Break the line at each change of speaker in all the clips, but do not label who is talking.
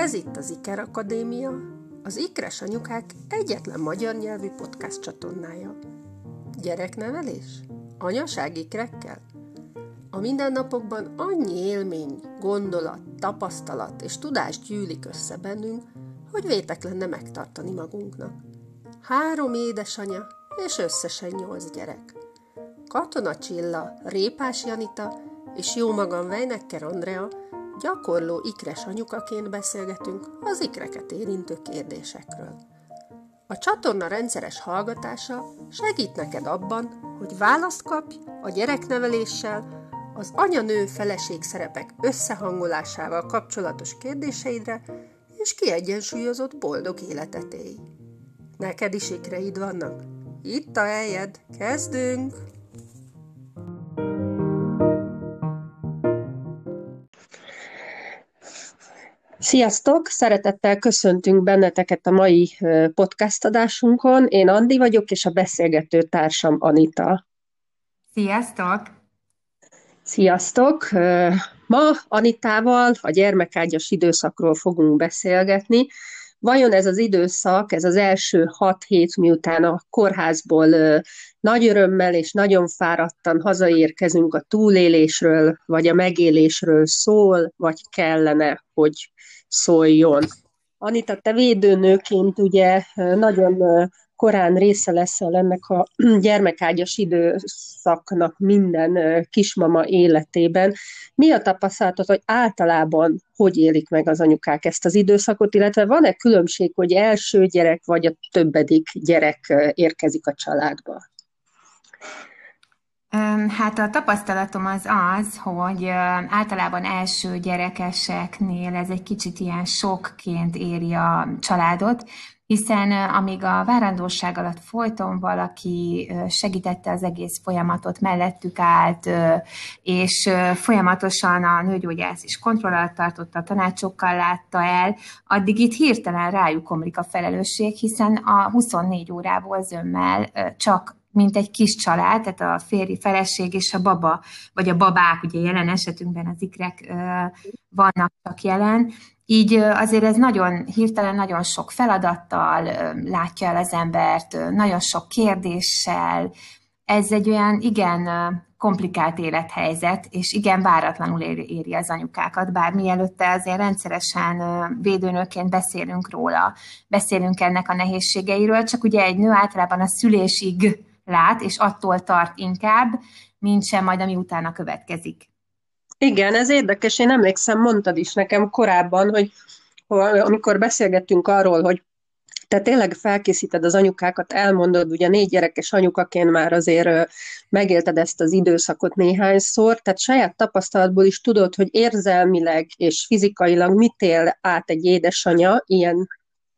Ez itt az Iker Akadémia, az Ikres Anyukák egyetlen magyar nyelvű podcast csatornája. Gyereknevelés? Anyaság ikrekkel? A mindennapokban annyi élmény, gondolat, tapasztalat és tudás gyűlik össze bennünk, hogy vétek lenne megtartani magunknak. 3 édesanya és összesen 8 gyerek. Katona Csilla, Répás Janita és jómagam Weinecker Andrea gyakorló ikres anyukaként beszélgetünk az ikreket érintő kérdésekről. A csatorna rendszeres hallgatása segít neked abban, hogy választ kapj a gyerekneveléssel, az anya-nő feleség szerepek összehangolásával kapcsolatos kérdéseidre, és kiegyensúlyozott boldog életet élj. Neked is ikreid vannak? Itt a helyed, kezdünk! Sziasztok! Szeretettel köszöntünk benneteket a mai podcast adásunkon. Én Andi vagyok, és a beszélgető társam Anita.
Sziasztok!
Sziasztok! Ma Anitával a gyermekágyas időszakról fogunk beszélgetni. Vajon ez az időszak, ez az első 6 hét, miután a kórházból nagy örömmel és nagyon fáradtan hazaérkezünk, a túlélésről vagy a megélésről szól, vagy kellene, hogy szóljon? Anita, te védőnőként ugye nagyon korán része leszel ennek a gyermekágyas időszaknak minden kismama életében. Mi a tapasztalatod, hogy általában hogy élik meg az anyukák ezt az időszakot, illetve van-e különbség, hogy első gyerek vagy a többedik gyerek érkezik a családba?
Hát a tapasztalatom az, hogy általában első gyerekeseknél ez egy kicsit ilyen sokként éri a családot, hiszen amíg a várandóság alatt folyton valaki segítette az egész folyamatot, mellettük állt, és folyamatosan a nőgyógyász is kontroll alatt tartotta, tanácsokkal látta el, addig itt hirtelen rájuk omlik a felelősség, hiszen a 24 órával zömmel csak mint egy kis család, tehát a férj, feleség és a baba, vagy a babák, ugye jelen esetünkben az ikrek vannak csak jelen, így azért ez nagyon hirtelen, nagyon sok feladattal látja el az embert, nagyon sok kérdéssel. Ez egy olyan igen komplikált élethelyzet, és igen váratlanul éri az anyukákat, bár mielőtte azért rendszeresen védőnőként beszélünk róla, beszélünk ennek a nehézségeiről, csak ugye egy nő általában a szülésig lát, és attól tart inkább, mint sem majd, ami utána következik.
Igen, ez érdekes, én emlékszem, mondtad is nekem korábban, hogy amikor beszélgettünk arról, hogy te tényleg felkészíted az anyukákat, elmondod, ugye 4 gyerekes anyukaként már azért megélted ezt az időszakot néhányszor, tehát saját tapasztalatból is tudod, hogy érzelmileg és fizikailag mit él át egy édesanya ilyen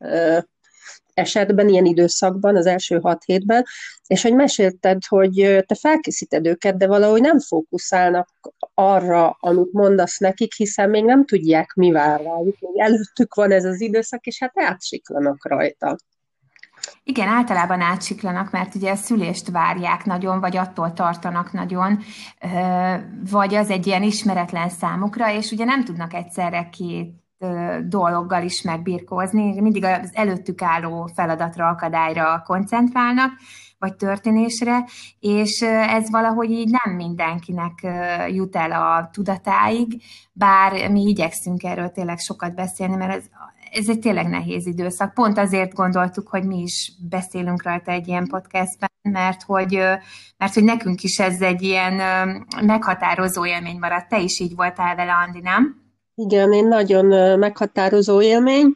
esetben, ilyen időszakban, az első 6 hétben, és hogy mesélted, hogy te felkészíted őket, de valahogy nem fókuszálnak arra, amit mondasz nekik, hiszen még nem tudják, mi vár rájuk. Még előttük van ez az időszak, és hát átsiklanak rajta.
Igen, általában átsiklanak, mert ugye a szülést várják nagyon, vagy attól tartanak nagyon, vagy az egy ilyen ismeretlen számukra, és ugye nem tudnak egyszerre 2 dologgal is megbirkózni, mindig az előttük álló feladatra, akadályra koncentrálnak, vagy történésre, és ez valahogy így nem mindenkinek jut el a tudatáig, bár mi igyekszünk erről tényleg sokat beszélni, mert ez egy tényleg nehéz időszak. Pont azért gondoltuk, hogy mi is beszélünk rajta egy ilyen podcastben, mert hogy nekünk is ez egy ilyen meghatározó élmény maradt. Te is így voltál vele, Andi, nem?
Igen, én nagyon meghatározó élmény.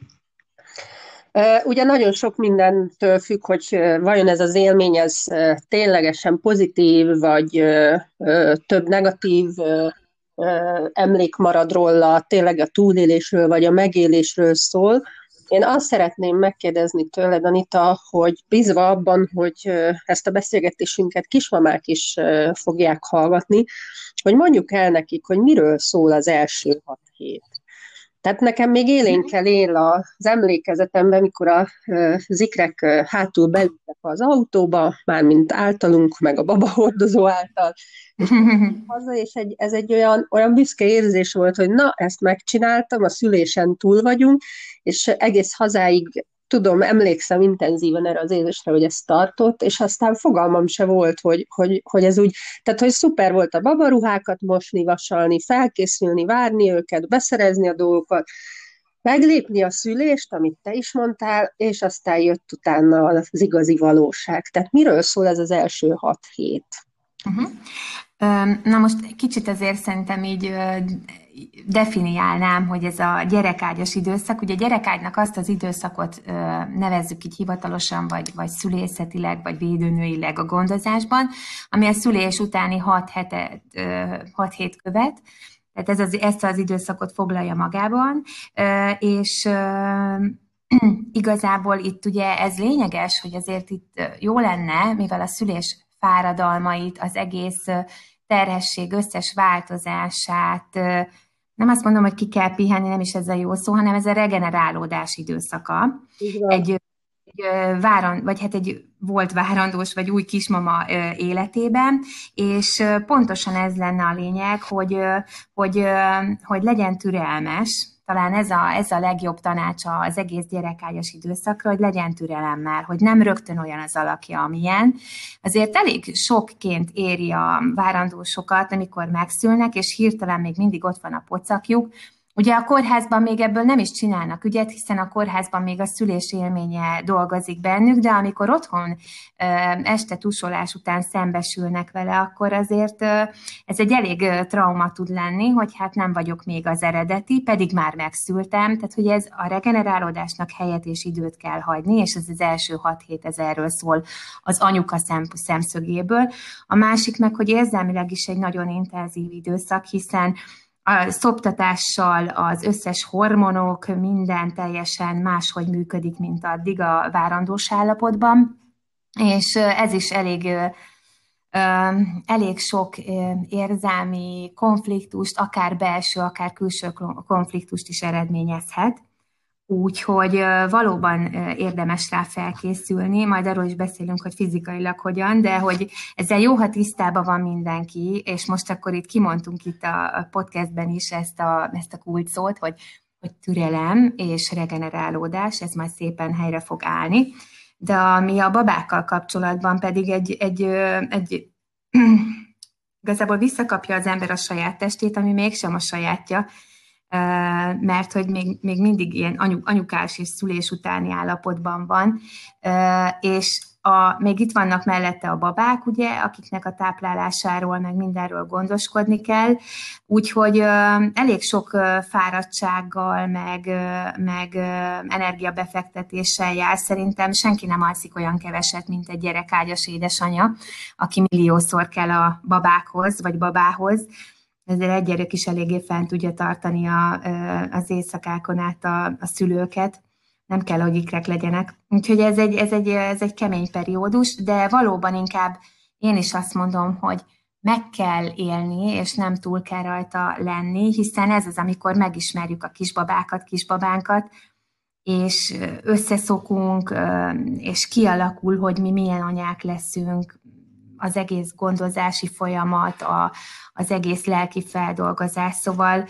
Ugye nagyon sok mindentől függ, hogy vajon ez az élmény ez ténylegesen pozitív, vagy több negatív emlék marad róla, tényleg a túlélésről, vagy a megélésről szól. Én azt szeretném megkérdezni tőled, Anita, hogy bízva abban, hogy ezt a beszélgetésünket kismamák is fogják hallgatni, hogy mondjuk el nekik, hogy miről szól az első 6 hét. Tehát nekem még élénkkel él az emlékezetemben, mikor az ikrek hátul beültek az autóba, mármint általunk, meg a babahordozó által, és haza, és ez egy olyan büszke érzés volt, hogy na, ezt megcsináltam, a szülésen túl vagyunk, és egész hazáig tudom, emlékszem intenzíven erre az érzésre, hogy ez tartott, és aztán fogalmam se volt, hogy ez úgy, tehát hogy szuper volt a babaruhákat mosni, vasalni, felkészülni, várni őket, beszerezni a dolgokat, meglépni a szülést, amit te is mondtál, és aztán jött utána az igazi valóság. Tehát miről szól ez az első 6 hét?
Uh-huh. Na most kicsit azért szerintem így definiálnám, hogy ez a gyerekágyas időszak. Ugye a gyerekágynak azt az időszakot nevezzük így hivatalosan, vagy szülészetileg, vagy védőnőileg a gondozásban, ami a szülés utáni 6 hét követ. Tehát ezt az időszakot foglalja magában, és igazából itt ugye ez lényeges, hogy azért itt jó lenne, mivel a szülés fáradalmait, az egész terhesség összes változását, nem azt mondom, hogy ki kell pihenni, nem is ez a jó szó, hanem ez a regenerálódás időszaka. Egy volt várandós, vagy új kismama életében, és pontosan ez lenne a lényeg, hogy legyen türelmes. Talán ez a legjobb tanácsa az egész gyerekágyas időszakra, hogy legyen türelemmel, hogy nem rögtön olyan az alakja, amilyen. Azért elég sokként éri a várandósokat, amikor megszülnek, és hirtelen még mindig ott van a pocakjuk. Ugye a kórházban még ebből nem is csinálnak ügyet, hiszen a kórházban még a szülés élménye dolgozik bennük, de amikor otthon este tusolás után szembesülnek vele, akkor azért ez egy elég trauma tud lenni, hogy hát nem vagyok még az eredeti, pedig már megszültem, tehát hogy ez a regenerálódásnak helyet és időt kell hagyni, és ez az első 6 hét ez erről szól az anyuka szemszögéből. A másik meg, hogy érzelmileg is egy nagyon intenzív időszak, hiszen a szoptatással az összes hormonok, minden teljesen máshogy működik, mint addig a várandós állapotban, és ez is elég sok érzelmi konfliktust, akár belső, akár külső konfliktust is eredményezhet. Úgyhogy valóban érdemes rá felkészülni, majd arról is beszélünk, hogy fizikailag hogyan, de hogy ezzel jó, ha tisztában van mindenki, és most akkor itt kimondtunk itt a podcastben is ezt a kulcsszót, hogy türelem és regenerálódás, ez majd szépen helyre fog állni. De ami a babákkal kapcsolatban pedig igazából visszakapja az ember a saját testét, ami mégsem a sajátja, mert hogy még mindig ilyen anyukás és szülés utáni állapotban van, és még itt vannak mellette a babák, ugye, akiknek a táplálásáról, meg mindenről gondoskodni kell, úgyhogy elég sok fáradtsággal, meg energiabefektetéssel jár. Szerintem senki nem alszik olyan keveset, mint egy gyerekágyas édesanyja, aki milliószor kell a babákhoz, vagy babához. Ezért egy gyerek is eléggé fent tudja tartani az éjszakákon át a szülőket. Nem kell, hogy ikrek legyenek. Úgyhogy ez egy kemény periódus, de valóban inkább én is azt mondom, hogy meg kell élni, és nem túl kell rajta lenni, hiszen ez az, amikor megismerjük a kisbabákat, kisbabánkat, és összeszokunk, és kialakul, hogy mi milyen anyák leszünk, az egész gondozási folyamat, az egész lelki feldolgozás, szóval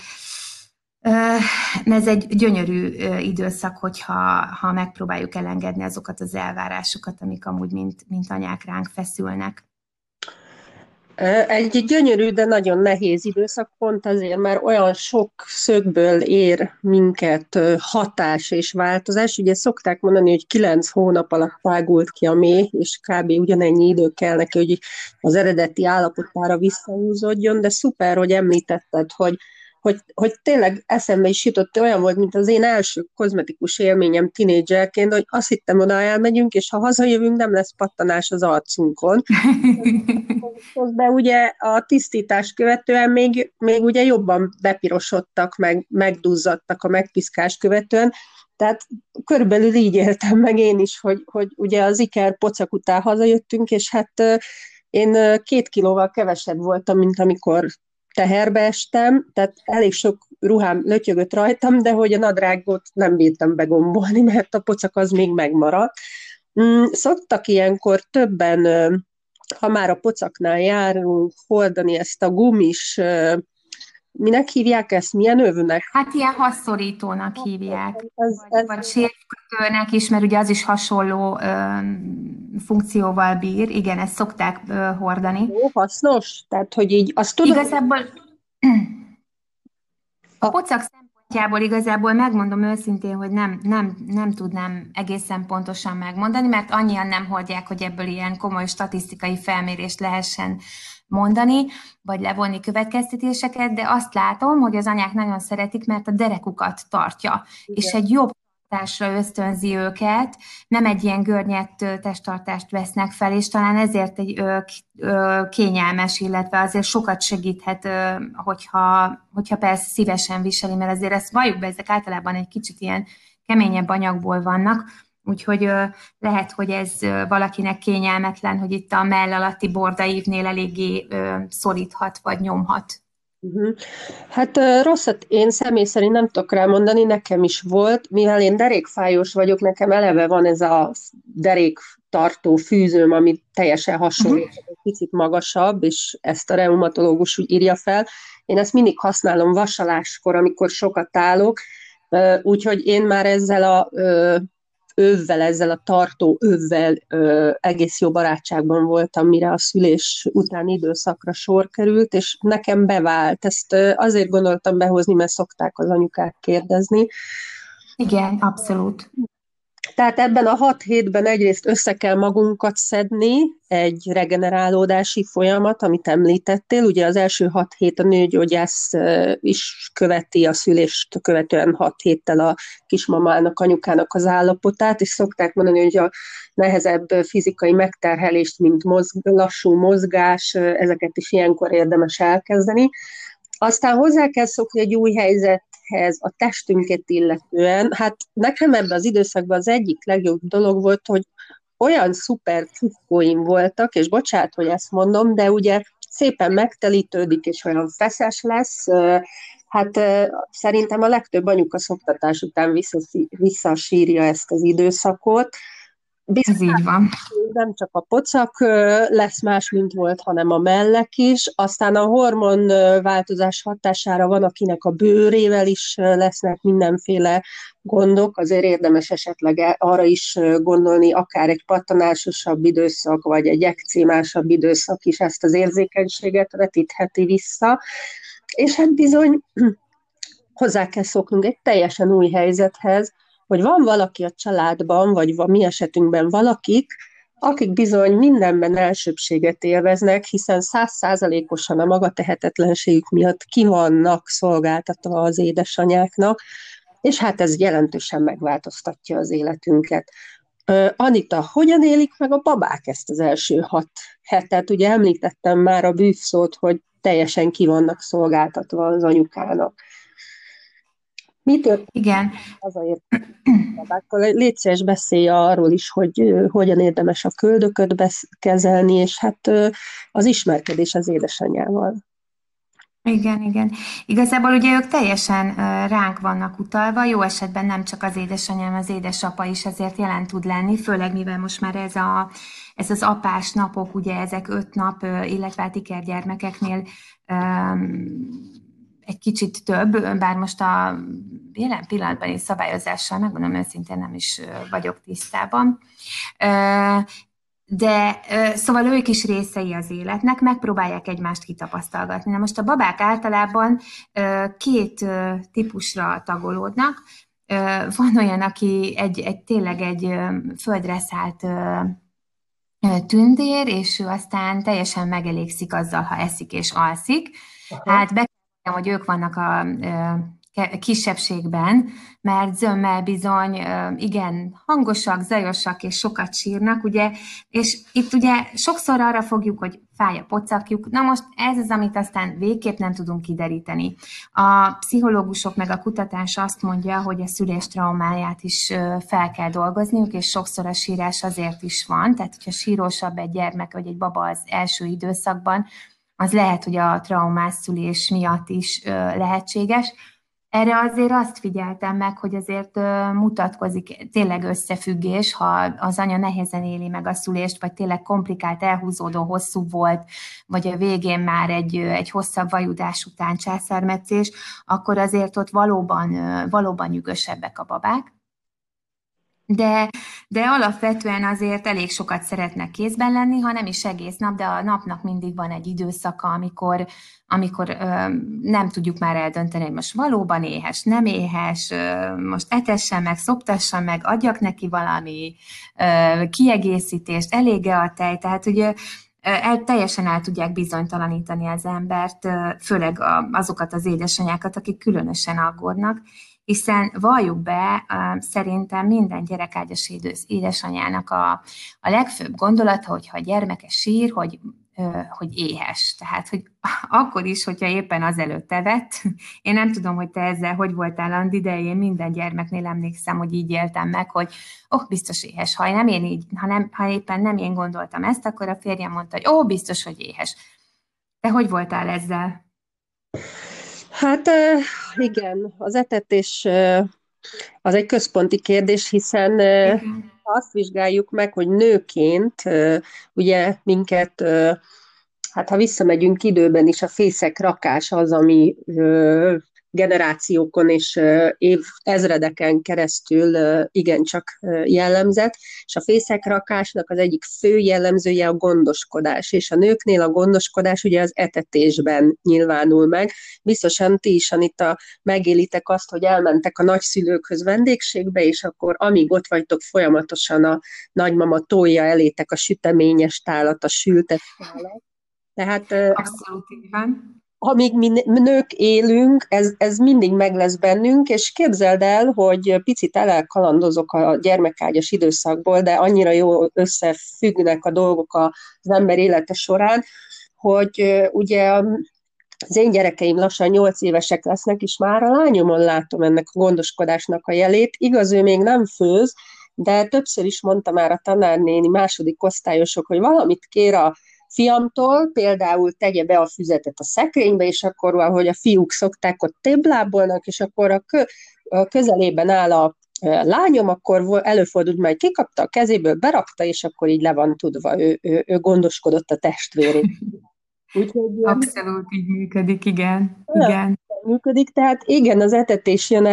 ez egy gyönyörű időszak, hogyha megpróbáljuk elengedni azokat az elvárásokat, amik amúgy mint anyák ránk feszülnek.
Egy gyönyörű, de nagyon nehéz időszak, pont azért, mert olyan sok szögből ér minket hatás és változás. Ugye szokták mondani, hogy 9 hónap alatt tágult ki a méh, és kb. Ugyanennyi idő kell neki, hogy az eredeti állapotára visszahúzódjon, de szuper, hogy említetted, hogy tényleg eszembe is jutott, olyan volt, mint az én első kozmetikus élményem tinédzserként, hogy azt hittem, oda elmegyünk, és ha hazajövünk, nem lesz pattanás az arcunkon. De ugye a tisztítás követően még ugye jobban bepirosodtak, megduzzadtak a megpiszkás követően, tehát körülbelül így éltem meg én is, hogy ugye az iker pocak után hazajöttünk, és hát én 2 kilóval kevesebb voltam, mint amikor teherbe estem, tehát elég sok ruhám lötyögött rajtam, de hogy a nadrágot nem bírtam begombolni, mert a pocak az még megmaradt. Szoktak ilyenkor többen, ha már a pocaknál járunk, hordani ezt a gumis, minek hívják ezt, milyen övnek?
Hát ilyen hasszorítónak hívják,
Ez
vagy sérkötőnek is, mert ugye az is hasonló funkcióval bír. Igen, ezt szokták hordani.
jó, hasznos, tehát hogy így azt tudom,
Igazából a
a,
pocak szempontjából igazából megmondom őszintén, hogy nem tudnám egészen pontosan megmondani, mert annyian nem hordják, hogy ebből ilyen komoly statisztikai felmérést lehessen mondani, vagy levonni következtetéseket, de azt látom, hogy az anyák nagyon szeretik, mert a derekukat tartja, és egy jobb testtartásra ösztönzi őket, nem egy ilyen görnyedt testtartást vesznek fel, és talán ezért egy kényelmes, illetve azért sokat segíthet, hogyha persze szívesen viseli, mert azért ezt valljuk be, ezek általában egy kicsit ilyen keményebb anyagból vannak, úgyhogy lehet, hogy ez valakinek kényelmetlen, hogy itt a mell alatti bordaívnél eléggé szoríthat, vagy nyomhat.
Hát rosszat én személy szerint nem tudok rámondani, nekem is volt, mivel én derékfájós vagyok, nekem eleve van ez a deréktartó fűzőm, ami teljesen hasonló,
Uh-huh.
egy picit magasabb, és ezt a reumatológus úgy írja fel. Én ezt mindig használom vasaláskor, amikor sokat állok, úgyhogy én már ezzel a övvel, ezzel a tartó övvel egész jó barátságban voltam, mire a szülés utáni időszakra sor került, és nekem bevált. Ezt azért gondoltam behozni, mert szokták az anyukák kérdezni.
Igen, abszolút.
Tehát ebben a 6 hétben egyrészt össze kell magunkat szedni, egy regenerálódási folyamat, amit említettél. Ugye az első 6 hét a nőgyógyász is követi a szülést követően 6 héttel a kismamának, anyukának az állapotát, és szokták mondani, hogy a nehezebb fizikai megterhelést, mint lassú mozgás, ezeket is ilyenkor érdemes elkezdeni. Aztán hozzá kell szokni egy új helyzethez, a testünket illetően. Hát nekem ebben az időszakban az egyik legjobb dolog volt, hogy olyan szuper cukkóim voltak, és bocsánat, hogy ezt mondom, de ugye szépen megtelítődik, és olyan feszes lesz. Hát szerintem a legtöbb anyuka szoptatás után visszasírja ezt az időszakot.
Ez így van.
Nem csak a pocak lesz más, mint volt, hanem a mellek is. Aztán a hormonváltozás hatására van, akinek a bőrével is lesznek mindenféle gondok, azért érdemes esetleg arra is gondolni, akár egy pattanásosabb időszak, vagy egy ekcémásabb időszak is ezt az érzékenységet vetítheti vissza. És hát bizony hozzá kell szoknunk egy teljesen új helyzethez, hogy van valaki a családban, vagy a mi esetünkben valakik, akik bizony mindenben elsőbbséget élveznek, hiszen 100%-osan a maga tehetetlenségük miatt ki vannak szolgáltatva az édesanyáknak, és hát ez jelentősen megváltoztatja az életünket. Anita, hogyan élik meg a babák ezt az első 6 hetet? Ugye említettem már a bűvszót, hogy teljesen ki vannak szolgáltatva az anyukának. Mi történik
Igen.
hazaért babákkal? Légy szíves, beszélj arról is, hogy hogyan érdemes a köldököt kezelni, és hát az ismerkedés az édesanyjával.
Igen, igen. Igazából ugye ők teljesen ránk vannak utalva, jó esetben nem csak az édesanyám, az édesapa is ezért jelen tud lenni, főleg mivel most már ez az apás napok, ugye ezek 5 nap, illetve hát ikergyermekeknél egy kicsit több, bár most a jelen pillanatban is szabályozással, megmondom őszintén, nem is vagyok tisztában. De szóval ők is részei az életnek, megpróbálják egymást kitapasztalgatni. Na most a babák általában 2 típusra tagolódnak. Van olyan, aki tényleg egy földre szállt tündér, és ő aztán teljesen megelégszik azzal, ha eszik és alszik.
Aha.
Hát be kell, hogy ők vannak a kisebbségben, mert zömmel bizony igen hangosak, zajosak és sokat sírnak, ugye, és itt ugye sokszor arra fogjuk, hogy fáj a pocakjuk, na most ez az, amit aztán végképp nem tudunk kideríteni. A pszichológusok meg a kutatás azt mondja, hogy a szülés traumáját is fel kell dolgozniuk, és sokszor a sírás azért is van, tehát hogyha sírósabb egy gyermek vagy egy baba az első időszakban, az lehet, hogy a traumás szülés miatt is lehetséges. Erre azért azt figyeltem meg, hogy azért mutatkozik tényleg összefüggés, ha az anya nehezen éli meg a szülést, vagy tényleg komplikált, elhúzódó, hosszú volt, vagy a végén már egy hosszabb vajudás után császármetszés, akkor azért ott valóban nyűgösebbek a babák. De, de alapvetően azért elég sokat szeretnek kézben lenni, ha nem is egész nap, de a napnak mindig van egy időszaka, amikor nem tudjuk már eldönteni, hogy most valóban éhes, nem éhes, most etessen meg, szoptassam meg, adjak neki valami kiegészítést, elége a tej, tehát ugye teljesen el tudják bizonytalanítani az embert, főleg azokat az édesanyákat, akik különösen aggódnak, hiszen valljuk be, szerintem minden gyerekágyas édesanyának a legfőbb gondolata, hogyha a gyermeke sír, hogy éhes. Tehát, hogy akkor is, hogyha éppen azelőtt evett. Én nem tudom, hogy te ezzel hogy voltál, Andi, de én minden gyermeknél emlékszem, hogy így éltem meg, hogy biztos éhes. Ha éppen nem én gondoltam ezt, akkor a férjem mondta, hogy biztos, hogy éhes. Te hogy voltál ezzel?
Hát igen, az etetés az egy központi kérdés, hiszen
Igen.
ha azt vizsgáljuk meg, hogy nőként ugye minket, hát ha visszamegyünk időben is, a fészek rakás az, ami generációkon és ezredeken keresztül igencsak jellemzett, és a fészekrakásnak az egyik fő jellemzője a gondoskodás, és a nőknél a gondoskodás ugye az etetésben nyilvánul meg. Biztosan ti is, Anita, megélitek azt, hogy elmentek a nagyszülőkhöz vendégségbe, és akkor amíg ott vagytok, folyamatosan a nagymama tolja elétek a süteményes tálat, a sültet tálat. Tehát
Abszolút így van.
amíg mi nők élünk, ez mindig meg lesz bennünk, és képzeld el, hogy picit elkalandozok a gyermekágyas időszakból, de annyira jól összefüggnek a dolgok az ember élete során, hogy ugye az én gyerekeim lassan 8 évesek lesznek, és már a lányomon látom ennek a gondoskodásnak a jelét. Igaz, ő még nem főz, de többször is mondta már a tanárnéni második osztályosok, hogy valamit kér a fiamtól, például tegye be a füzetet a szekrénybe, és akkor, ahogy a fiúk szokták, ott téblábolnak, és akkor a közelében áll a lányom, akkor előfordult, majd kikapta a kezéből, berakta, és akkor így le van tudva, ő gondoskodott a testvérét. Úgyhogy
Abszolút így működik, igen. Igen.
működik, tehát igen, az etetés jön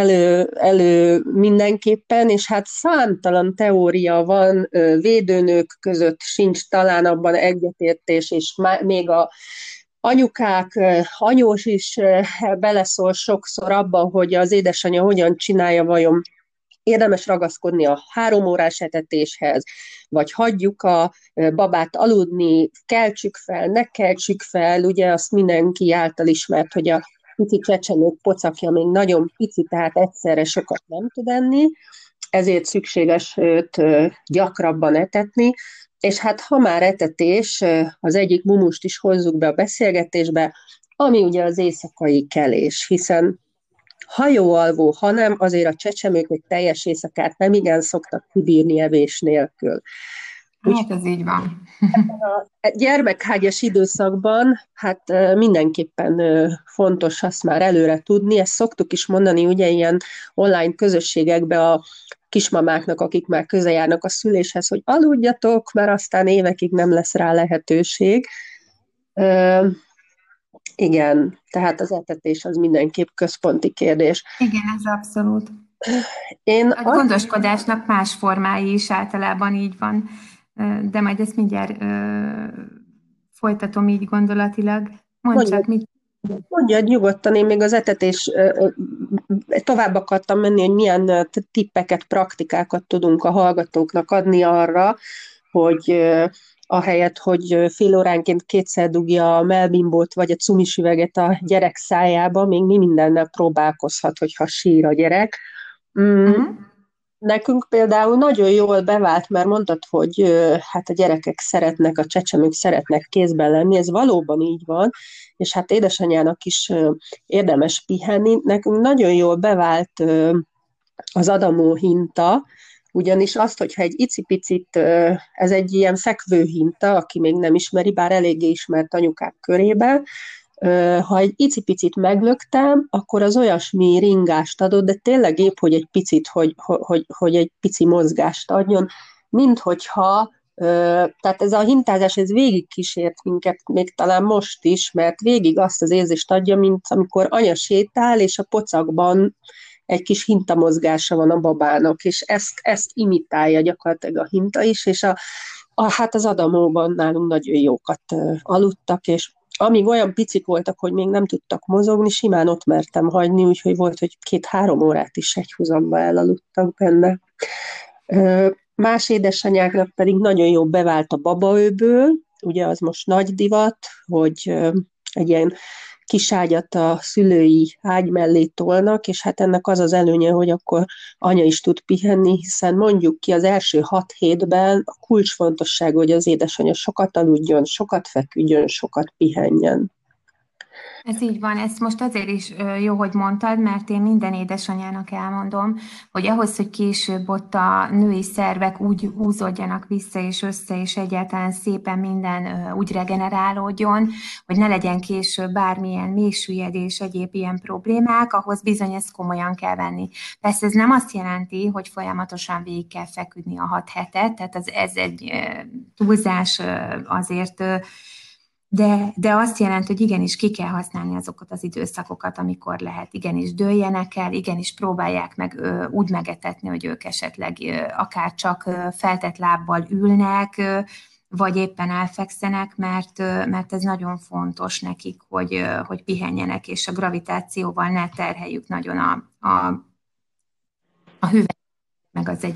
elő mindenképpen, és hát számtalan teória van, védőnők között sincs talán abban egyetértés, és még a anyukák, anyós is beleszól sokszor abban, hogy az édesanyja hogyan csinálja, vajon érdemes ragaszkodni a 3 órás etetéshez, vagy hagyjuk a babát aludni, keltsük fel, ne keltsük fel, ugye azt mindenki által ismert, hogy a pici csecsemők pocakja még nagyon pici, tehát egyszerre sokat nem tud enni, ezért szükséges őt gyakrabban etetni, és hát ha már etetés, az egyik mumust is hozzuk be a beszélgetésbe, ami ugye az éjszakai kelés, hiszen hajóalvó, hanem azért a csecsemők egy teljes éjszakát nem igen szoktak kibírni evés nélkül.
Hát ez így van.
A gyermekhágyas időszakban hát mindenképpen fontos azt már előre tudni, ezt szoktuk is mondani ugye ilyen online közösségekbe a kismamáknak, akik már közel járnak a szüléshez, hogy aludjatok, mert aztán évekig nem lesz rá lehetőség. Igen, tehát az etetés az mindenképp központi kérdés.
Igen, ez abszolút. A
Azt
gondoskodásnak más formái is általában így van, de majd ezt mindjárt folytatom így gondolatilag. Mondd
mondja,
csak, mit.
mondja nyugodtan, én még az etetés tovább akartam menni, hogy milyen tippeket, praktikákat tudunk a hallgatóknak adni arra, hogy ahelyett, hogy fél óránként kétszer dugja a melbimbót vagy a cumis üveget a gyerek szájába, még mi mindennel próbálkozhat, hogyha sír a gyerek.
Uh-huh.
Nekünk például nagyon jól bevált, mert mondtad, hogy hát a gyerekek szeretnek, a csecsemők szeretnek kézben lenni, ez valóban így van, és hát édesanyának is érdemes pihenni. Nekünk nagyon jól bevált az Adamó hinta, ugyanis azt, hogyha egy icipicit, ez egy ilyen fekvő hinta, aki még nem ismeri, bár eléggé ismert anyukák körében, Ha egy icipicit meglöktem, akkor az olyasmi ringást adott, de tényleg épp, hogy egy picit, hogy egy pici mozgást adjon, mint hogyha, tehát ez a hintázás, ez végig kísért minket, még talán most is, mert végig azt az érzést adja, mint amikor anya sétál, és a pocakban egy kis hintamozgása van a babának, és ezt imitálja gyakorlatilag a hinta is, és hát az Adamóban nálunk nagyon jókat aludtak, és amíg olyan picik voltak, hogy még nem tudtak mozogni, simán ott mertem hagyni, úgyhogy volt, hogy 2-3 órát is egy húzamba elaludtak benne. Más édesanyáknak pedig nagyon jó bevált a babaőből, ugye az most nagy divat, hogy egy ilyen kis ágyat a szülői ágy mellé tolnak, és hát ennek az az előnye, hogy akkor anya is tud pihenni, hiszen mondjuk ki az első 6 hétben a kulcsfontosság, hogy az édesanyja sokat aludjon, sokat feküdjön, sokat pihenjen.
Ez így van, ezt most azért is jó, hogy mondtad, mert én minden édesanyának elmondom, hogy ahhoz, hogy később ott a női szervek úgy húzódjanak vissza és össze, és egyáltalán szépen minden úgy regenerálódjon, hogy ne legyen később bármilyen mélysüllyedés, egyéb ilyen problémák, ahhoz bizony ezt komolyan kell venni. Persze ez nem azt jelenti, hogy folyamatosan végig kell feküdni a 6 hetet, tehát ez egy túlzás azért. De azt jelenti, hogy igenis ki kell használni azokat az időszakokat, amikor lehet. Igenis dőljenek el, igenis próbálják meg úgy megetetni, hogy ők esetleg akár csak feltett lábbal ülnek, vagy éppen elfekszenek, mert ez nagyon fontos nekik, hogy pihenjenek, és a gravitációval ne terheljük nagyon a hüvelyk, meg az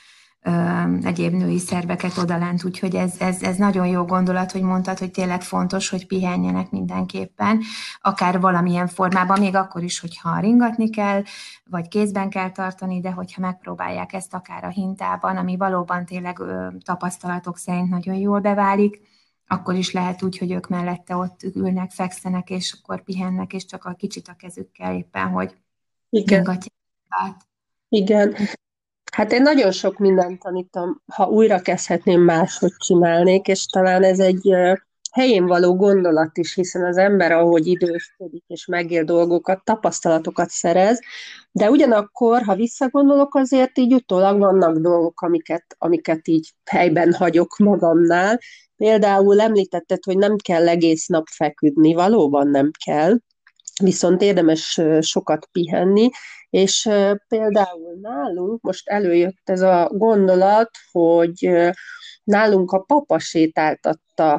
egyéb női szerveket odalent, úgyhogy ez nagyon jó gondolat, hogy mondtad, hogy tényleg fontos, hogy pihenjenek mindenképpen, akár valamilyen formában, még akkor is, hogyha ringatni kell, vagy kézben kell tartani, de hogyha megpróbálják ezt akár a hintában, ami valóban tényleg tapasztalatok szerint nagyon jól beválik, akkor is lehet úgy, hogy ők mellette ott ülnek, fekszenek, és akkor pihennek, és csak a kicsit a kezükkel éppen, hogy ringatják át.
Igen. Hát én nagyon sok mindent tanítom, ha újra kezdhetném, máshogy csinálnék, és talán ez egy helyén való gondolat is, hiszen az ember, ahogy idősödik és megél dolgokat, tapasztalatokat szerez, de ugyanakkor, ha visszagondolok, azért így utólag vannak dolgok, amiket így helyben hagyok magamnál. Például említetted, hogy nem kell egész nap feküdni, valóban nem kell, viszont érdemes sokat pihenni, és például nálunk most előjött ez a gondolat, hogy nálunk a papa sétáltatta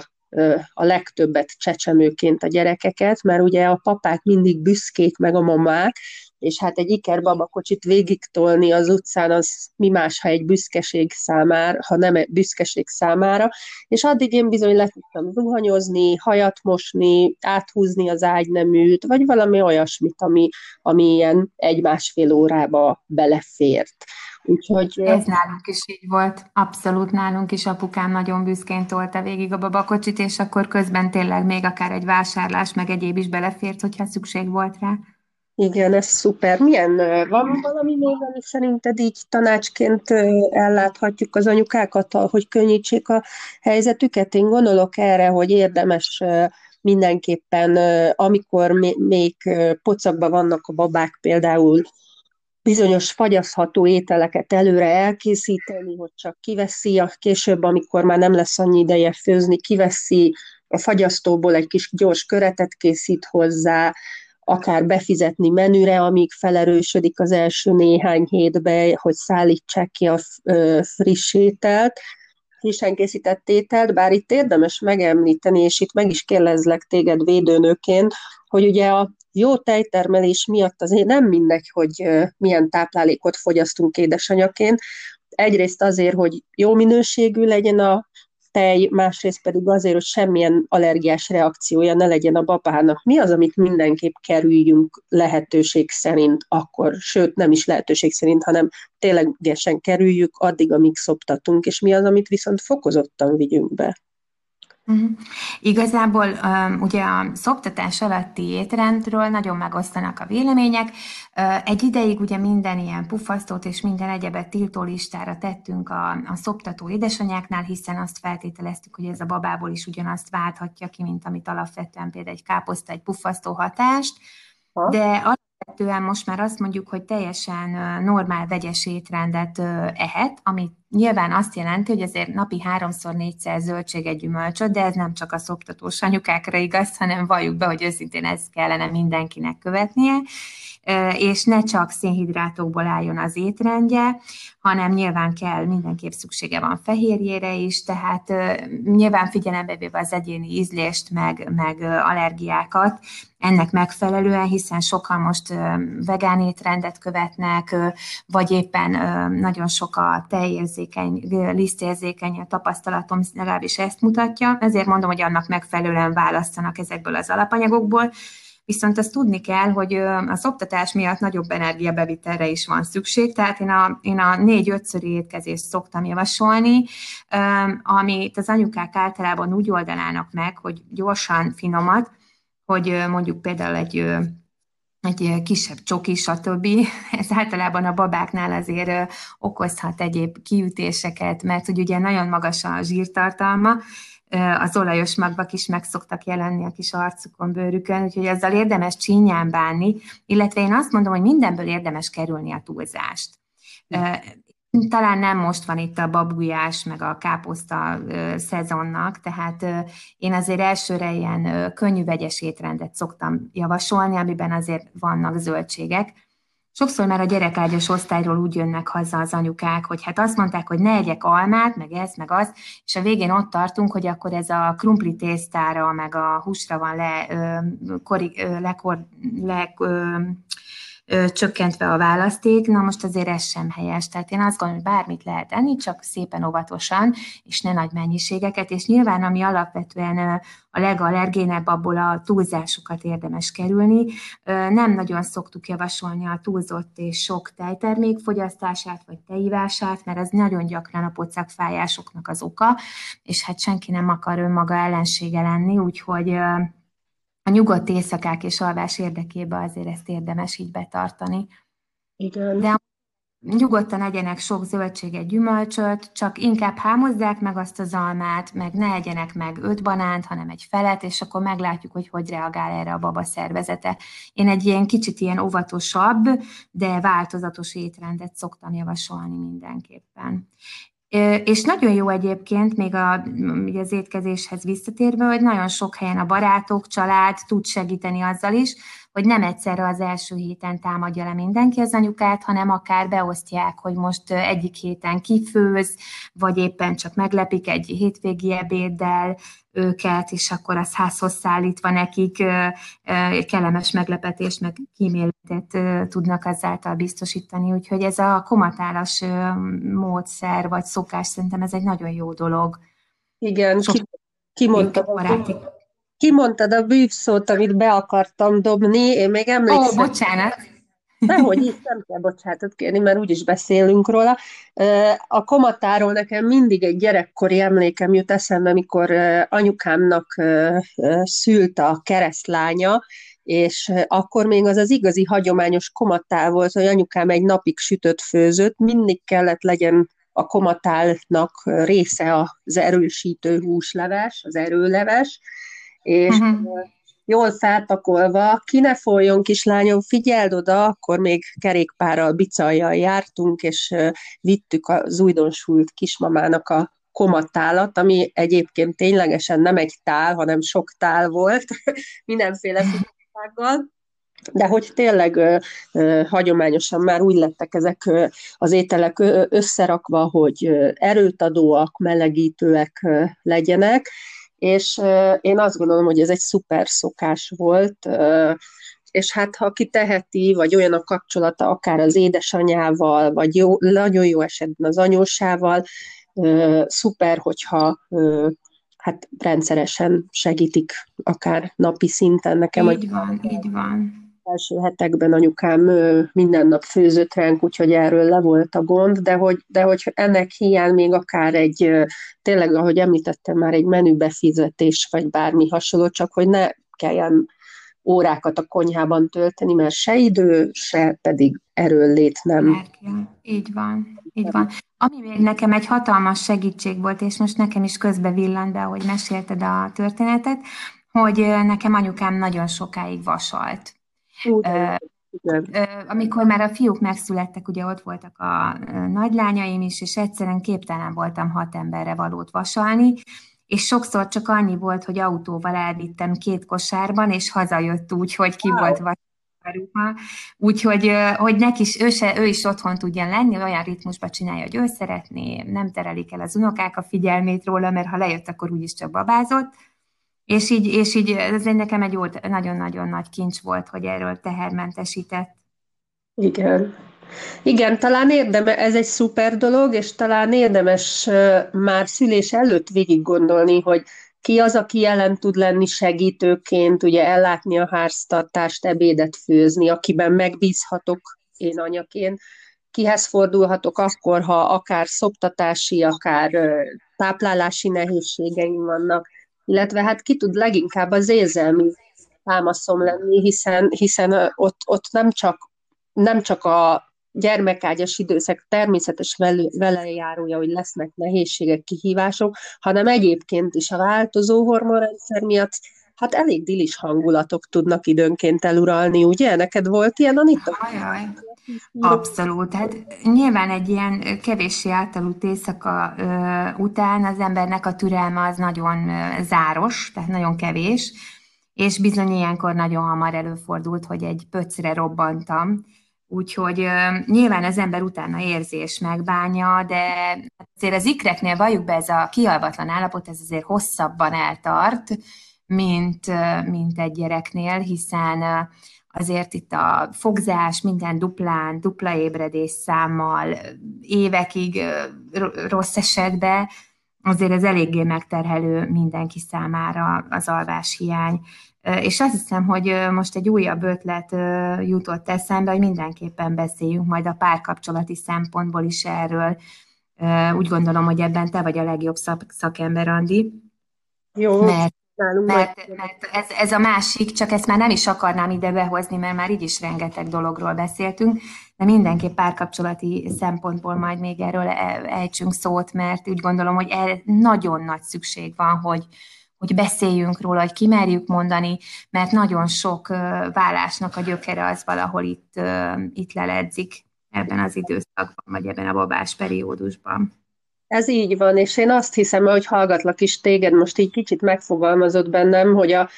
a legtöbbet csecsemőként a gyerekeket, mert ugye a papák mindig büszkék, meg a mamák, és hát egy ikerbabakocsit végig tolni az utcán, az mi más, ha egy büszkeség számára, ha nem egy büszkeség számára, és addig én bizony le tudtam zuhanyozni, hajat mosni, áthúzni az ágyneműt, vagy valami olyasmit, ami ilyen 1-1,5 órába belefért. Úgyhogy...
Ez nálunk is így volt. Abszolút nálunk is apukám nagyon büszkén tolta végig a babakocsit, és akkor közben tényleg még akár egy vásárlás, meg egyéb is belefért, hogyha szükség volt rá.
Igen, ez szuper. Van valami még, ami szerinted így tanácsként elláthatjuk az anyukákat, hogy könnyítsék a helyzetüket? Én gondolok erre, hogy érdemes mindenképpen, amikor még pocakban vannak a babák, például bizonyos fagyasztható ételeket előre elkészíteni, hogy csak kiveszi, később, amikor már nem lesz annyi ideje főzni, kiveszi a fagyasztóból egy kis gyors köretet készít hozzá, akár befizetni menüre, amíg felerősödik az első néhány hétben, hogy szállítsák ki a friss ételt, frissen készített ételt, bár itt érdemes megemlíteni, és itt meg is kérdezlek téged védőnőként, hogy ugye a jó tejtermelés miatt azért nem mindegy, hogy milyen táplálékot fogyasztunk édesanyaként. Egyrészt azért, hogy jó minőségű legyen a tej, másrészt pedig azért, hogy semmilyen allergiás reakciója ne legyen a babának. Mi az, amit mindenképp kerüljünk lehetőség szerint akkor, sőt nem is lehetőség szerint, hanem ténylegesen kerüljük addig, amíg szoptatunk, és mi az, amit viszont fokozottan vigyünk be?
Mhm. Igazából ugye a szoptatás alatti étrendről nagyon megosztanak a vélemények. Egy ideig ugye minden ilyen puffasztót és minden egyebet tiltó listára tettünk a szoptató édesanyáknál, hiszen azt feltételeztük, hogy ez a babából is ugyanazt válthatja ki, mint amit alapvetően például egy káposzta, egy puffasztó hatást,
Ha?
de alapvetően most már azt mondjuk, hogy teljesen normál vegyes étrendet ehet, ami nyilván azt jelenti, hogy azért napi 3-4-szer zöldséget, gyümölcsöt, de ez nem csak a szoptatós anyukákra igaz, hanem valljuk be, hogy őszintén ezt kellene mindenkinek követnie, és ne csak szénhidrátokból álljon az étrendje, hanem nyilván kell, mindenképp szüksége van fehérjére is, tehát nyilván figyelembe véve az egyéni ízlést, meg allergiákat, ennek megfelelően, hiszen sokan most vegán étrendet követnek, vagy éppen nagyon sok a tejérzékeny, lisztérzékeny, a tapasztalatom legalábbis ezt mutatja, ezért mondom, hogy annak megfelelően választanak ezekből az alapanyagokból, viszont azt tudni kell, hogy a szoptatás miatt nagyobb energiabevitelre is van szükség, tehát én a 4-5-szöri étkezést szoktam javasolni, amit az anyukák általában úgy oldanának meg, hogy gyorsan, finomat, hogy mondjuk például egy kisebb csoki, stb. Ez általában a babáknál azért okozhat egyéb kiütéseket, mert hogy ugye nagyon magas a zsírtartalma, az olajos magvak is meg szoktak jelenni a kis arcukon, bőrükön, úgyhogy ezzel érdemes csínyán bánni, illetve én azt mondom, hogy mindenből érdemes kerülni a túlzást. Talán nem most van itt a babujás, meg a káposzta szezonnak, tehát én azért elsőre ilyen könnyű vegyes étrendet szoktam javasolni, amiben azért vannak zöldségek. Sokszor már a gyerekágyas osztályról úgy jönnek haza az anyukák, hogy hát azt mondták, hogy ne egyek almát, meg ez, meg az, és a végén ott tartunk, hogy akkor ez a krumpli tésztára, meg a húsra van csökkentve a választék, na most azért ez sem helyes. Tehát én azt gondolom, hogy bármit lehet enni, csak szépen óvatosan, és ne nagy mennyiségeket, és nyilván ami alapvetően a legallergénebb, abból a túlzásokat érdemes kerülni. Nem nagyon szoktuk javasolni a túlzott és sok tejtermék fogyasztását, vagy teivását, mert ez nagyon gyakran a pocakfájásoknak az oka, és hát senki nem akar önmaga ellensége lenni, úgyhogy a nyugodt éjszakák és alvás érdekében azért ezt érdemes így betartani.
Igen.
De nyugodtan egyenek sok zöldséget, gyümölcsöt, csak inkább hámozzák meg azt az almát, meg ne egyenek meg 5 banánt, hanem egy felet, és akkor meglátjuk, hogy reagál erre a baba szervezete. Én egy ilyen kicsit ilyen óvatosabb, de változatos étrendet szoktam javasolni mindenképpen. És nagyon jó egyébként, még az étkezéshez visszatérve, hogy nagyon sok helyen a barátok, család tud segíteni azzal is, hogy nem egyszerre az első héten támadja le mindenki az anyukát, hanem akár beosztják, hogy most egyik héten kifőz, vagy éppen csak meglepik egy hétvégi ebéddel őket, és akkor az házhoz szállítva nekik kellemes meglepetést, meg kíméletet tudnak azáltal biztosítani. Úgyhogy ez a komatálas módszer, vagy szokás, szerintem ez egy nagyon jó dolog.
Igen,
Sok
kimondtad
baráti.
kimondtad a bűvszót, amit be akartam dobni, én még
Ó,
emlékszem.
bocsánat!
Dehogy is, nem kell bocsánatot kérni, mert úgyis beszélünk róla. A komatáról nekem mindig egy gyerekkori emlékem jut eszembe, amikor anyukámnak szült a keresztlánya, és akkor még az igazi hagyományos komatál volt, hogy anyukám egy napig sütött főzött, mindig kellett legyen a komatálnak része az erősítő húsleves, az erőleves, és jól felpakolva, ki ne folyjon, kislányom, figyeld oda, akkor még kerékpárral, bicajjal jártunk, és vittük az újdonsült kismamának a komatálat, ami egyébként ténylegesen nem egy tál, hanem sok tál volt, mindenféle finomsággal, de hogy tényleg hagyományosan már úgy lettek ezek az ételek összerakva, hogy erőt adóak, melegítőek legyenek, és én azt gondolom, hogy ez egy szuper szokás volt, és hát ha ki teheti, vagy olyan a kapcsolata akár az édesanyával, vagy nagyon jó esetben az anyósával, szuper, hogyha hát rendszeresen segítik, akár napi szinten nekem.
Így van, így van.
első hetekben anyukám minden nap főzött ránk, úgyhogy erről le volt a gond, de hogy ennek hiány még akár tényleg, ahogy említettem már, egy menübefizetés, vagy bármi hasonló, csak hogy ne kelljen órákat a konyhában tölteni, mert se idő, se pedig erőllét nem.
Energia. Így van, így van. Ami még nekem egy hatalmas segítség volt, és most nekem is közbe villant be, ahogy mesélted a történetet, hogy nekem anyukám nagyon sokáig vasalt.
Úgy, igen.
Amikor már a fiúk megszülettek, ugye ott voltak a nagylányaim is, és egyszerűen képtelen voltam 6 emberre valót vasalni, és sokszor csak annyi volt, hogy autóval elvittem 2 kosárban, és hazajött úgy, hogy ki volt vasalva a ruha. Úgyhogy hogy neki is, ő is otthon tudjon lenni, olyan ritmusba csinálja, hogy ő szeretné, nem terelik el az unokák a figyelmét róla, mert ha lejött, akkor úgyis csak babázott. És így ez nekem egy nagyon-nagyon nagy kincs volt, hogy erről tehermentesített.
Igen. Igen, talán érdemes, ez egy szuper dolog, és talán érdemes már szülés előtt végig gondolni, hogy ki az, aki jelen tud lenni segítőként, ugye ellátni a háztartást, ebédet főzni, akiben megbízhatok én anyaként, kihez fordulhatok akkor, ha akár szoptatási, akár táplálási nehézségeim vannak, illetve hát ki tud leginkább az érzelmi támaszom lenni, hiszen ott nem csak a gyermekágyas időszak természetes velejárója, hogy lesznek nehézségek, kihívások, hanem egyébként is a változó hormonrendszer miatt hát elég dilis hangulatok tudnak időnként eluralni, ugye? Neked volt ilyen, Anita?
Ajaj. Abszolút. Hát nyilván egy ilyen kevéssé átaludt éjszaka után az embernek a türelme az nagyon záros, tehát nagyon kevés, és bizony ilyenkor nagyon hamar előfordult, hogy egy pöccre robbantam. Úgyhogy nyilván az ember utána érzi és megbánja, de azért az ikreknél valljuk be, ez a kialvatlan állapot, ez azért hosszabban eltart, mint egy gyereknél, hiszen azért itt a fogzás minden duplán, dupla ébredés számmal, évekig rossz esetben, azért ez eléggé megterhelő mindenki számára az alváshiány. És azt hiszem, hogy most egy újabb ötlet jutott eszembe, hogy mindenképpen beszéljünk majd a párkapcsolati szempontból is erről. Úgy gondolom, hogy ebben te vagy a legjobb szakember, Andi.
Jó,
Mert
nálunk majd.
mert ez a másik, csak ezt már nem is akarnám ide behozni, mert már így is rengeteg dologról beszéltünk, de mindenképp párkapcsolati szempontból majd még erről ejtsünk szót, mert úgy gondolom, hogy erre nagyon nagy szükség van, hogy beszéljünk róla, hogy kimerjük mondani, mert nagyon sok vállásnak a gyökere az valahol itt leledzik ebben az időszakban, vagy ebben a babás periódusban.
Ez így van, és én azt hiszem, hogy hallgatlak is téged, most így kicsit megfogalmazott bennem,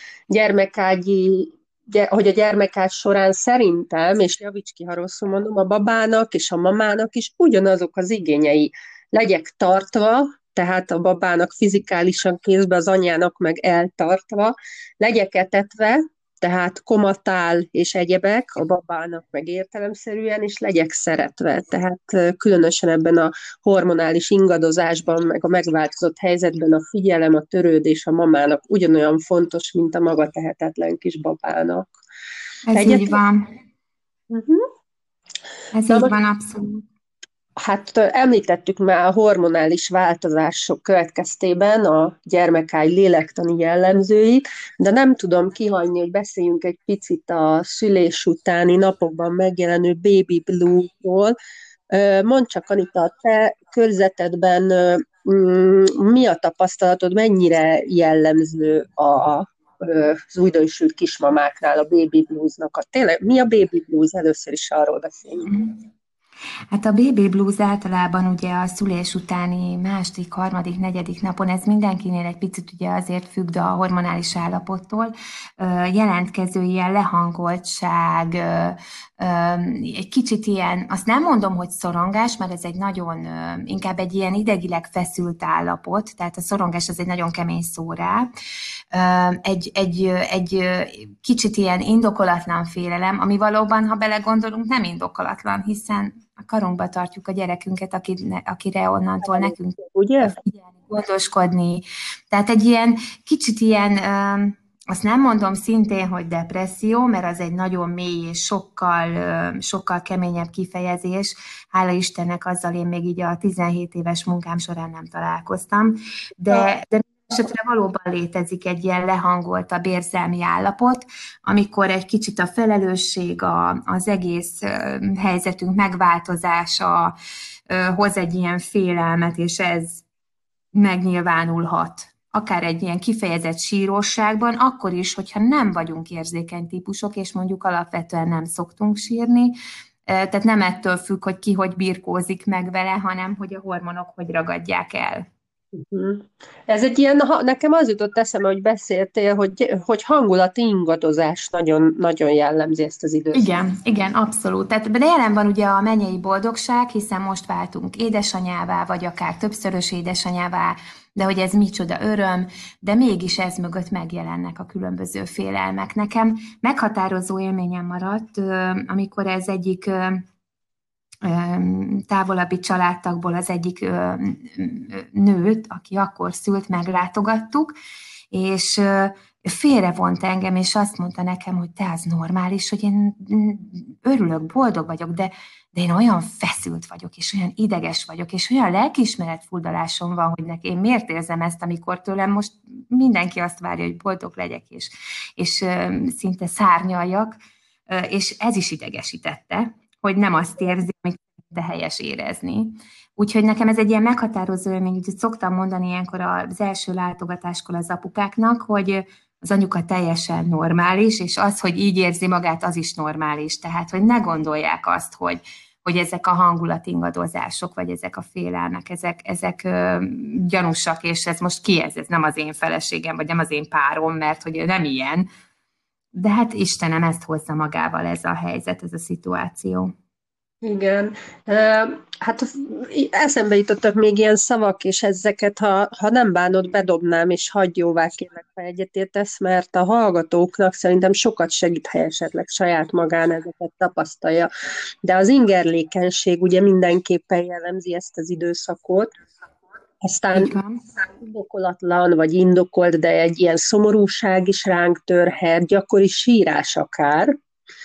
hogy a gyermekágy során szerintem, és javíts ki, ha rosszul mondom, a babának és a mamának is ugyanazok az igényei. Legyek tartva, tehát a babának fizikálisan kézbe, az anyának meg eltartva, legyek etetve, tehát komatál és egyebek, a babának meg értelemszerűen, és legyek szeretve. Tehát különösen ebben a hormonális ingadozásban, meg a megváltozott helyzetben a figyelem, a törődés a mamának ugyanolyan fontos, mint a maga tehetetlen kis babának.
Ez így van.
Uh-huh.
Ez így van, abszolút.
Hát említettük már a hormonális változások következtében a gyermekágy lélektani jellemzőit, de nem tudom kihagyni, hogy beszéljünk egy picit a szülés utáni napokban megjelenő baby blues-ról. Mondd csak, Anita, a te körzetedben mi a tapasztalatod, mennyire jellemző az újdonsült kismamáknál a baby bluesnak? Tényleg, mi a baby blues? Először is arról beszélünk.
Hát a baby blues általában ugye a szülés utáni második, harmadik, negyedik napon, ez mindenkinél egy picit ugye azért függ a hormonális állapottól, jelentkező ilyen lehangoltság, egy kicsit ilyen, azt nem mondom, hogy szorongás, mert ez egy nagyon, inkább egy ilyen idegileg feszült állapot, tehát a szorongás az egy nagyon kemény szó rá, egy kicsit ilyen indokolatlan félelem, ami valóban, ha belegondolunk, nem indokolatlan, hiszen a karunkba tartjuk a gyerekünket, akire onnantól nekünk
ugye?
figyelni, gondoskodni. Tehát egy ilyen kicsit ilyen azt nem mondom szintén, hogy depresszió, mert az egy nagyon mély és sokkal keményebb kifejezés. Hála Istennek azzal én még így a 17 éves munkám során nem találkoztam. De esetre valóban létezik egy ilyen lehangoltabb érzelmi állapot, amikor egy kicsit a felelősség, az egész helyzetünk megváltozása hoz egy ilyen félelmet, és ez megnyilvánulhat. Akár egy ilyen kifejezett sírosságban, akkor is, hogyha nem vagyunk érzékeny típusok, és mondjuk alapvetően nem szoktunk sírni, tehát nem ettől függ, hogy ki hogy birkózik meg vele, hanem hogy a hormonok hogy ragadják el.
Mhm. Ez egy ilyen, nekem az jutott eszembe, hogy beszéltél, hogy hangulati ingadozás nagyon, nagyon jellemzi ezt az időszakot.
Igen, igen, abszolút. Tehát, de jelen van ugye a mennyei boldogság, hiszen most váltunk édesanyává, vagy akár többszörös édesanyává, de hogy ez micsoda öröm, de mégis ez mögött megjelennek a különböző félelmek. Nekem meghatározó élményem maradt, amikor ez egyik távolabbi családtagból az egyik nőt, aki akkor szült, meglátogattuk, és félrevont engem, és azt mondta nekem, hogy te az normális, hogy én örülök, boldog vagyok, de én olyan feszült vagyok, és olyan ideges vagyok, és olyan lelkiismeretfurdalásom van, hogy én miért érzem ezt, amikor tőlem most mindenki azt várja, hogy boldog legyek, és szinte szárnyaljak, és ez is idegesítette, hogy nem azt érzi, amit de helyes érezni. Úgyhogy nekem ez egy ilyen meghatározó élmény, úgyhogy szoktam mondani ilyenkor az első látogatáskor az apukáknak, hogy az anyuka teljesen normális, és az, hogy így érzi magát, az is normális. Tehát, hogy ne gondolják azt, hogy ezek a hangulatingadozások, vagy ezek a félelmek, ezek gyanúsak, és ez most ki ez? Ez nem az én feleségem, vagy nem az én párom, mert hogy nem ilyen. De hát Istenem, ezt hozza magával ez a helyzet, ez a szituáció.
Igen. Hát eszembe jutottak még ilyen szavak, és ezeket, ha nem bánod, bedobnám, és hagyj jóvá kérlek, ha egyetértesz, mert a hallgatóknak szerintem sokat segít, ha esetleg saját magán ezeket tapasztalja. De az ingerlékenység ugye mindenképpen jellemzi ezt az időszakot, aztán
Így van.
indokolatlan vagy indokolt, de egy ilyen szomorúság is ránk törhet, gyakori sírás akár.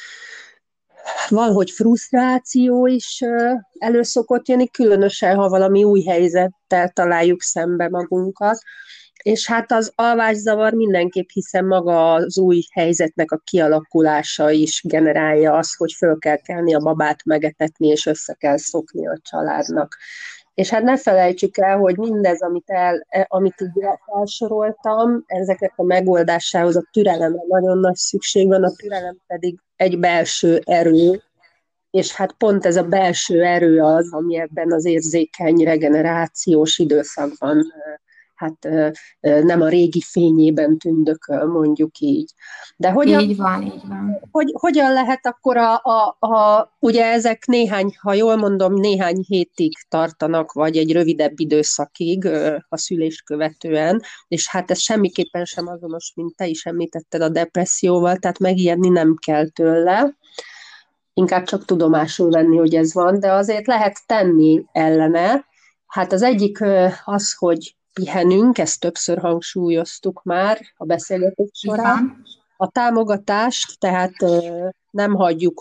Van, hogy frusztráció is elő szokott jönni, különösen, ha valami új helyzettel találjuk szembe magunkat. És hát az alvászavar mindenképp, hiszen maga az új helyzetnek a kialakulása is generálja azt, hogy föl kell kelni a babát megetetni, és össze kell szokni a családnak. És hát ne felejtsük el, hogy mindez, amit így felsoroltam, ezeknek a megoldásához a türelemre nagyon nagy szükség van, a türelem pedig egy belső erő, és hát pont ez a belső erő az, ami ebben az érzékeny regenerációs időszakban hát nem a régi fényében tündököl, mondjuk így. De
Így van, így van.
hogyan lehet akkor ugye ezek ha jól mondom, néhány hétig tartanak, vagy egy rövidebb időszakig a szülést követően, és hát ez semmiképpen sem azonos, mint te is említetted a depresszióval, tehát megijedni nem kell tőle, inkább csak tudomásul venni, hogy ez van, de azért lehet tenni ellene. Hát az egyik az, hogy pihenünk, ezt többször hangsúlyoztuk már a beszélgetés
Így
során.
van.
A támogatást, tehát nem hagyjuk,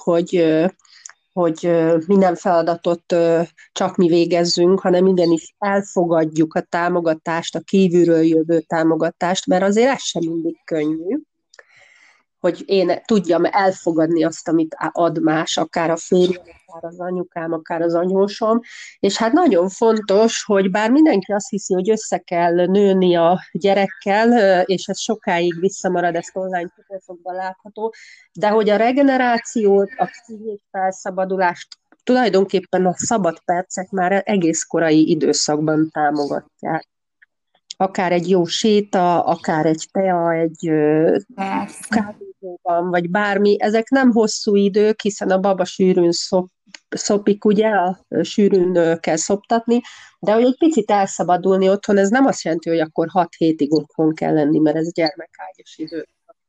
hogy minden feladatot csak mi végezzünk, hanem igenis elfogadjuk a támogatást, a kívülről jövő támogatást, mert azért ez sem mindig könnyű, hogy én tudjam elfogadni azt, amit ad más, akár a férjem, akár az anyukám, akár az anyósom, és hát nagyon fontos, hogy bár mindenki azt hiszi, hogy össze kell nőni a gyerekkel, és ez sokáig visszamarad, ezt online csoportokban látható, de hogy a regenerációt, a pszichés felszabadulást tulajdonképpen a szabad percek már egész korai időszakban támogatják. Akár egy jó séta, akár egy tea, egy
Persze.
kávézóban, vagy bármi. Ezek nem hosszú idők, hiszen a baba sűrűn szopik, ugye, sűrűn kell szoptatni, de hogy egy picit elszabadulni otthon, ez nem azt jelenti, hogy akkor 6 hétig otthon kell lenni, mert ez gyermekágyas idő.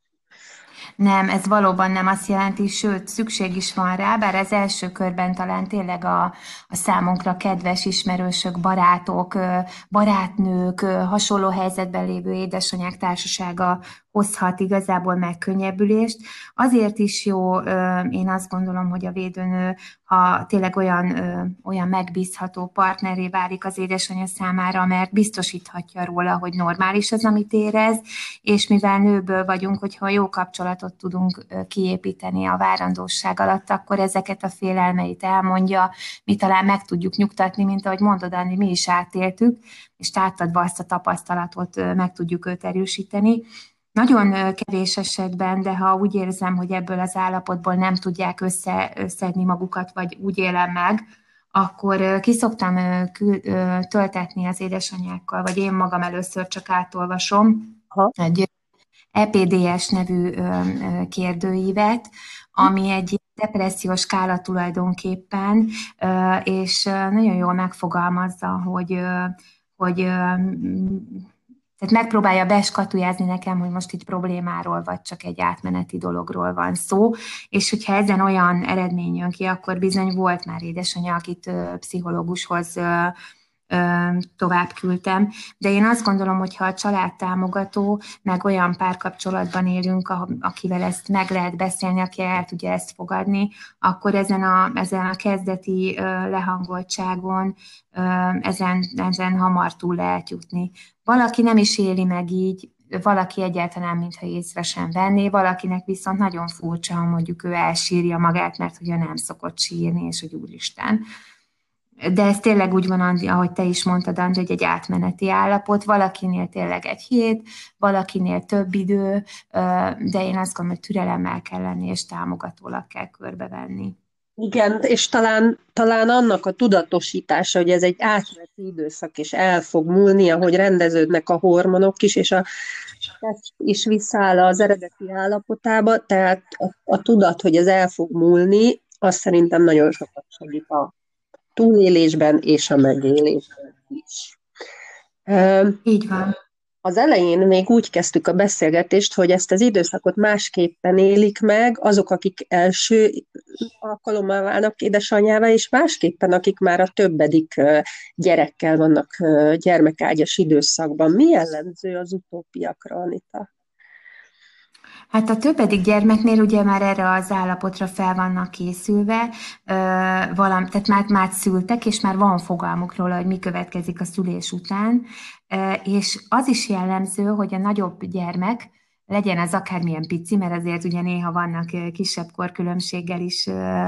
Nem, ez valóban nem azt jelenti, sőt, szükség is van rá, bár az első körben talán tényleg a számunkra kedves ismerősök, barátok, barátnők, hasonló helyzetben lévő édesanyák társasága hozhat igazából megkönnyebbülést. Azért is jó, én azt gondolom, hogy a védőnő, ha tényleg olyan megbízható partneré válik az édesanyja számára, mert biztosíthatja róla, hogy normális az, amit érez, és mivel nőből vagyunk, hogyha jó kapcsolatot tudunk kiépíteni a várandóság alatt, akkor ezeket a félelmeit elmondja, mi talán meg tudjuk nyugtatni, mint ahogy mondod, Andi, mi is átéltük, és átadva azt a tapasztalatot meg tudjuk őt erősíteni. Nagyon kevés esetben, de ha úgy érzem, hogy ebből az állapotból nem tudják összeszedni magukat, vagy úgy élem meg, akkor ki szoktam töltetni az édesanyákkal, vagy én magam először csak átolvasom
Ha.
egy EPDS nevű kérdőívet, ami egy depressziós skála tulajdonképpen, és nagyon jól megfogalmazza, hogy tehát megpróbálja beskatujázni nekem, hogy most itt problémáról, vagy csak egy átmeneti dologról van szó, és hogyha ezen olyan eredmény jön ki, akkor bizony volt már édesanyja, akit pszichológushoz tovább küldtem. De én azt gondolom, hogy ha a család támogató, meg olyan párkapcsolatban élünk, akivel ezt meg lehet beszélni, aki el tudja ezt fogadni, akkor ezen a kezdeti lehangoltságon, ezen hamar túl lehet jutni. Valaki nem is éli meg így, valaki egyáltalán, mintha észre sem venné, valakinek viszont nagyon furcsa, ha mondjuk ő elsírja magát, mert hogy ő nem szokott sírni, és hogy úristen. De ez tényleg úgy van, Andi, ahogy te is mondtad, Andi, hogy egy átmeneti állapot, valakinél tényleg egy hét, valakinél több idő, de én azt gondolom, hogy türelemmel kell lenni, és támogatólag kell körbevenni.
Igen, és talán annak a tudatosítása, hogy ez egy átmeneti időszak, és el fog múlni, ahogy rendeződnek a hormonok is, és a test is visszaáll az eredeti állapotába, tehát a tudat, hogy ez el fog múlni, az szerintem nagyon sokat segít a túlélésben és a megélésben is.
Így van.
Az elején még úgy kezdtük a beszélgetést, hogy ezt az időszakot másképpen élik meg azok, akik első alkalommal válnak édesanyjává, és másképpen, akik már a többedik gyerekkel vannak gyermekágyas időszakban. Mi jellemző az utóbbiakra, Anita?
Hát a többedik gyermeknél ugye már erre az állapotra fel vannak készülve, tehát már szültek, és már van fogalmuk róla, hogy mi következik a szülés után, és az is jellemző, hogy a nagyobb gyermek, legyen az akármilyen pici, mert azért ugye néha vannak kisebb korkülönbséggel is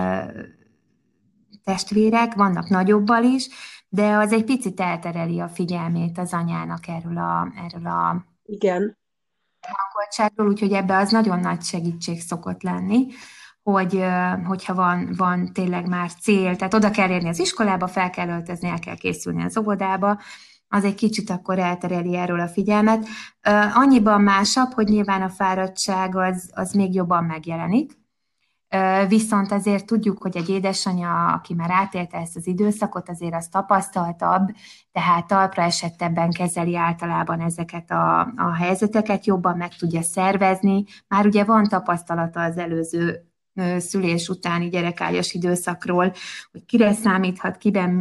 testvérek, vannak nagyobbal is, de az egy picit eltereli a figyelmét az anyának erről a
Igen.
hangoltságról, úgyhogy ebbe az nagyon nagy segítség szokott lenni, hogyha van tényleg már cél, tehát oda kell érni az iskolába, fel kell öltözni, el kell készülni az óvodába, az egy kicsit akkor eltereli erről a figyelmet. Annyiban másabb, hogy nyilván a fáradtság az még jobban megjelenik, viszont azért tudjuk, hogy egy édesanyja, aki már átélte ezt az időszakot, azért az tapasztaltabb, tehát talpra esettebben kezeli általában ezeket a helyzeteket, jobban meg tudja szervezni. Már ugye van tapasztalata az előző szülés utáni gyerekágyas időszakról, hogy kire számíthat,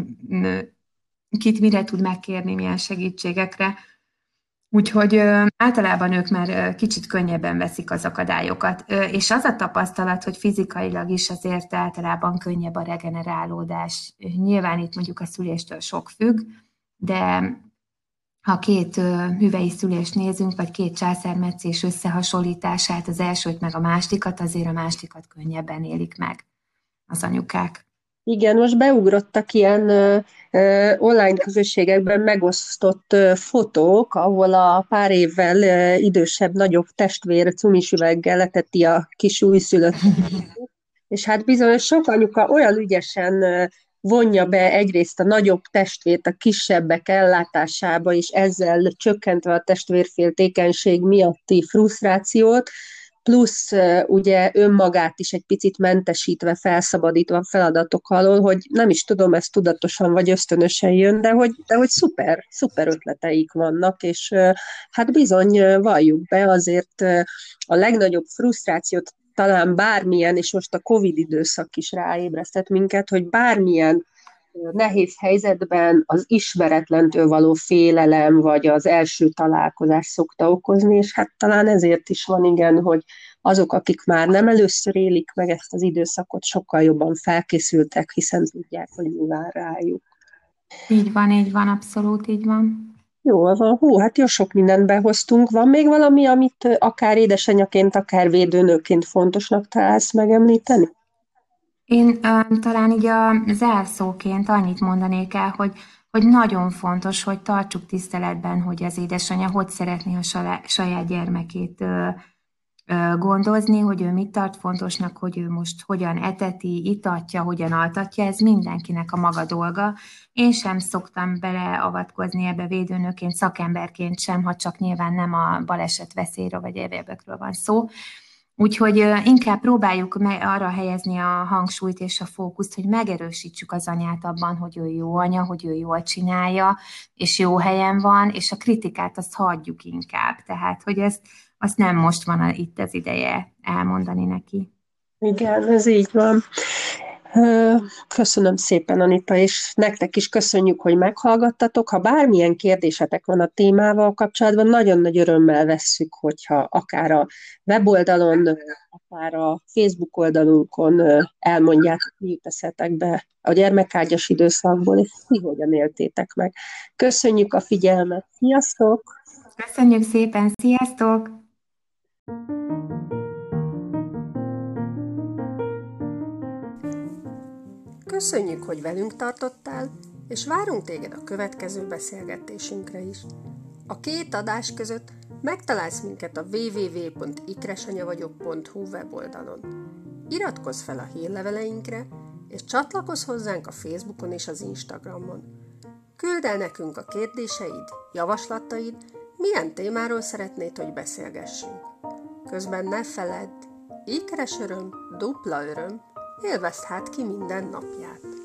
kit mire tud megkérni, milyen segítségekre. Úgyhogy általában ők már kicsit könnyebben veszik az akadályokat. És az a tapasztalat, hogy fizikailag is azért általában könnyebb a regenerálódás. Nyilván itt mondjuk a szüléstől sok függ, de ha két hüvei szülést nézünk, vagy két császármetszés összehasonlítását, az elsőt meg a másikat, azért a másikat könnyebben élik meg az anyukák.
Igen, most beugrottak ilyen online közösségekben megosztott fotók, ahol a pár évvel idősebb, nagyobb testvér cumis üveggel leteti a kis újszülött. És hát bizony sok anyuka olyan ügyesen vonja be egyrészt a nagyobb testvért a kisebbek ellátásába, és ezzel csökkentve a testvérféltékenység miatti frusztrációt, plusz ugye önmagát is egy picit mentesítve, felszabadítva a feladatok alól, hogy nem is tudom, ez tudatosan vagy ösztönösen jön, de hogy szuper ötleteik vannak, és hát bizony valljuk be, azért a legnagyobb frusztrációt talán bármilyen, és most a Covid időszak is ráébresztett minket, hogy bármilyen nehéz helyzetben az ismeretlentől való félelem, vagy az első találkozás szokta okozni, és hát talán ezért is van, igen, hogy azok, akik már nem először élik meg ezt az időszakot, sokkal jobban felkészültek, hiszen tudják, hogy mi vár rájuk.
Így van, abszolút így van.
Jól van. Hú, hát jó sok mindent behoztunk. Van még valami, amit akár édesanyaként, akár védőnőként fontosnak találsz megemlíteni?
Én talán így a zárszóként annyit mondanék el, hogy nagyon fontos, hogy tartsuk tiszteletben, hogy az édesanyja hogy szeretné a saját gyermekét gondozni, hogy ő mit tart fontosnak, hogy ő most hogyan eteti, itatja, hogyan altatja, ez mindenkinek a maga dolga. Én sem szoktam beleavatkozni ebbe védőnőként, szakemberként sem, ha csak nyilván nem a baleset veszélyről vagy egyebekről van szó. Úgyhogy inkább próbáljuk arra helyezni a hangsúlyt és a fókuszt, hogy megerősítsük az anyát abban, hogy ő jó anya, hogy ő jól csinálja, és jó helyen van, és a kritikát azt hagyjuk inkább. Tehát, hogy azt nem most van itt az ideje elmondani neki.
Igen, ez így van. Köszönöm szépen, Anita, és nektek is köszönjük, hogy meghallgattatok. Ha bármilyen kérdésetek van a témával kapcsolatban, nagyon nagy örömmel vesszük, hogyha akár a weboldalon, akár a Facebook oldalunkon elmondjátok, mi jut eszetekbe a gyermekágyas időszakból, és ti hogyan éltétek meg. Köszönjük a figyelmet. Sziasztok!
Köszönjük szépen, sziasztok!
Köszönjük, hogy velünk tartottál, és várunk téged a következő beszélgetésünkre is. A két adás között megtalálsz minket a www.ikresanyavagyok.hu weboldalon. Iratkozz fel a hírleveleinkre, és csatlakozz hozzánk a Facebookon és az Instagramon. Küld el nekünk a kérdéseid, javaslataid, milyen témáról szeretnéd, hogy beszélgessünk. Közben ne feledd, ikres öröm, dupla öröm, élvezd hát ki minden napját!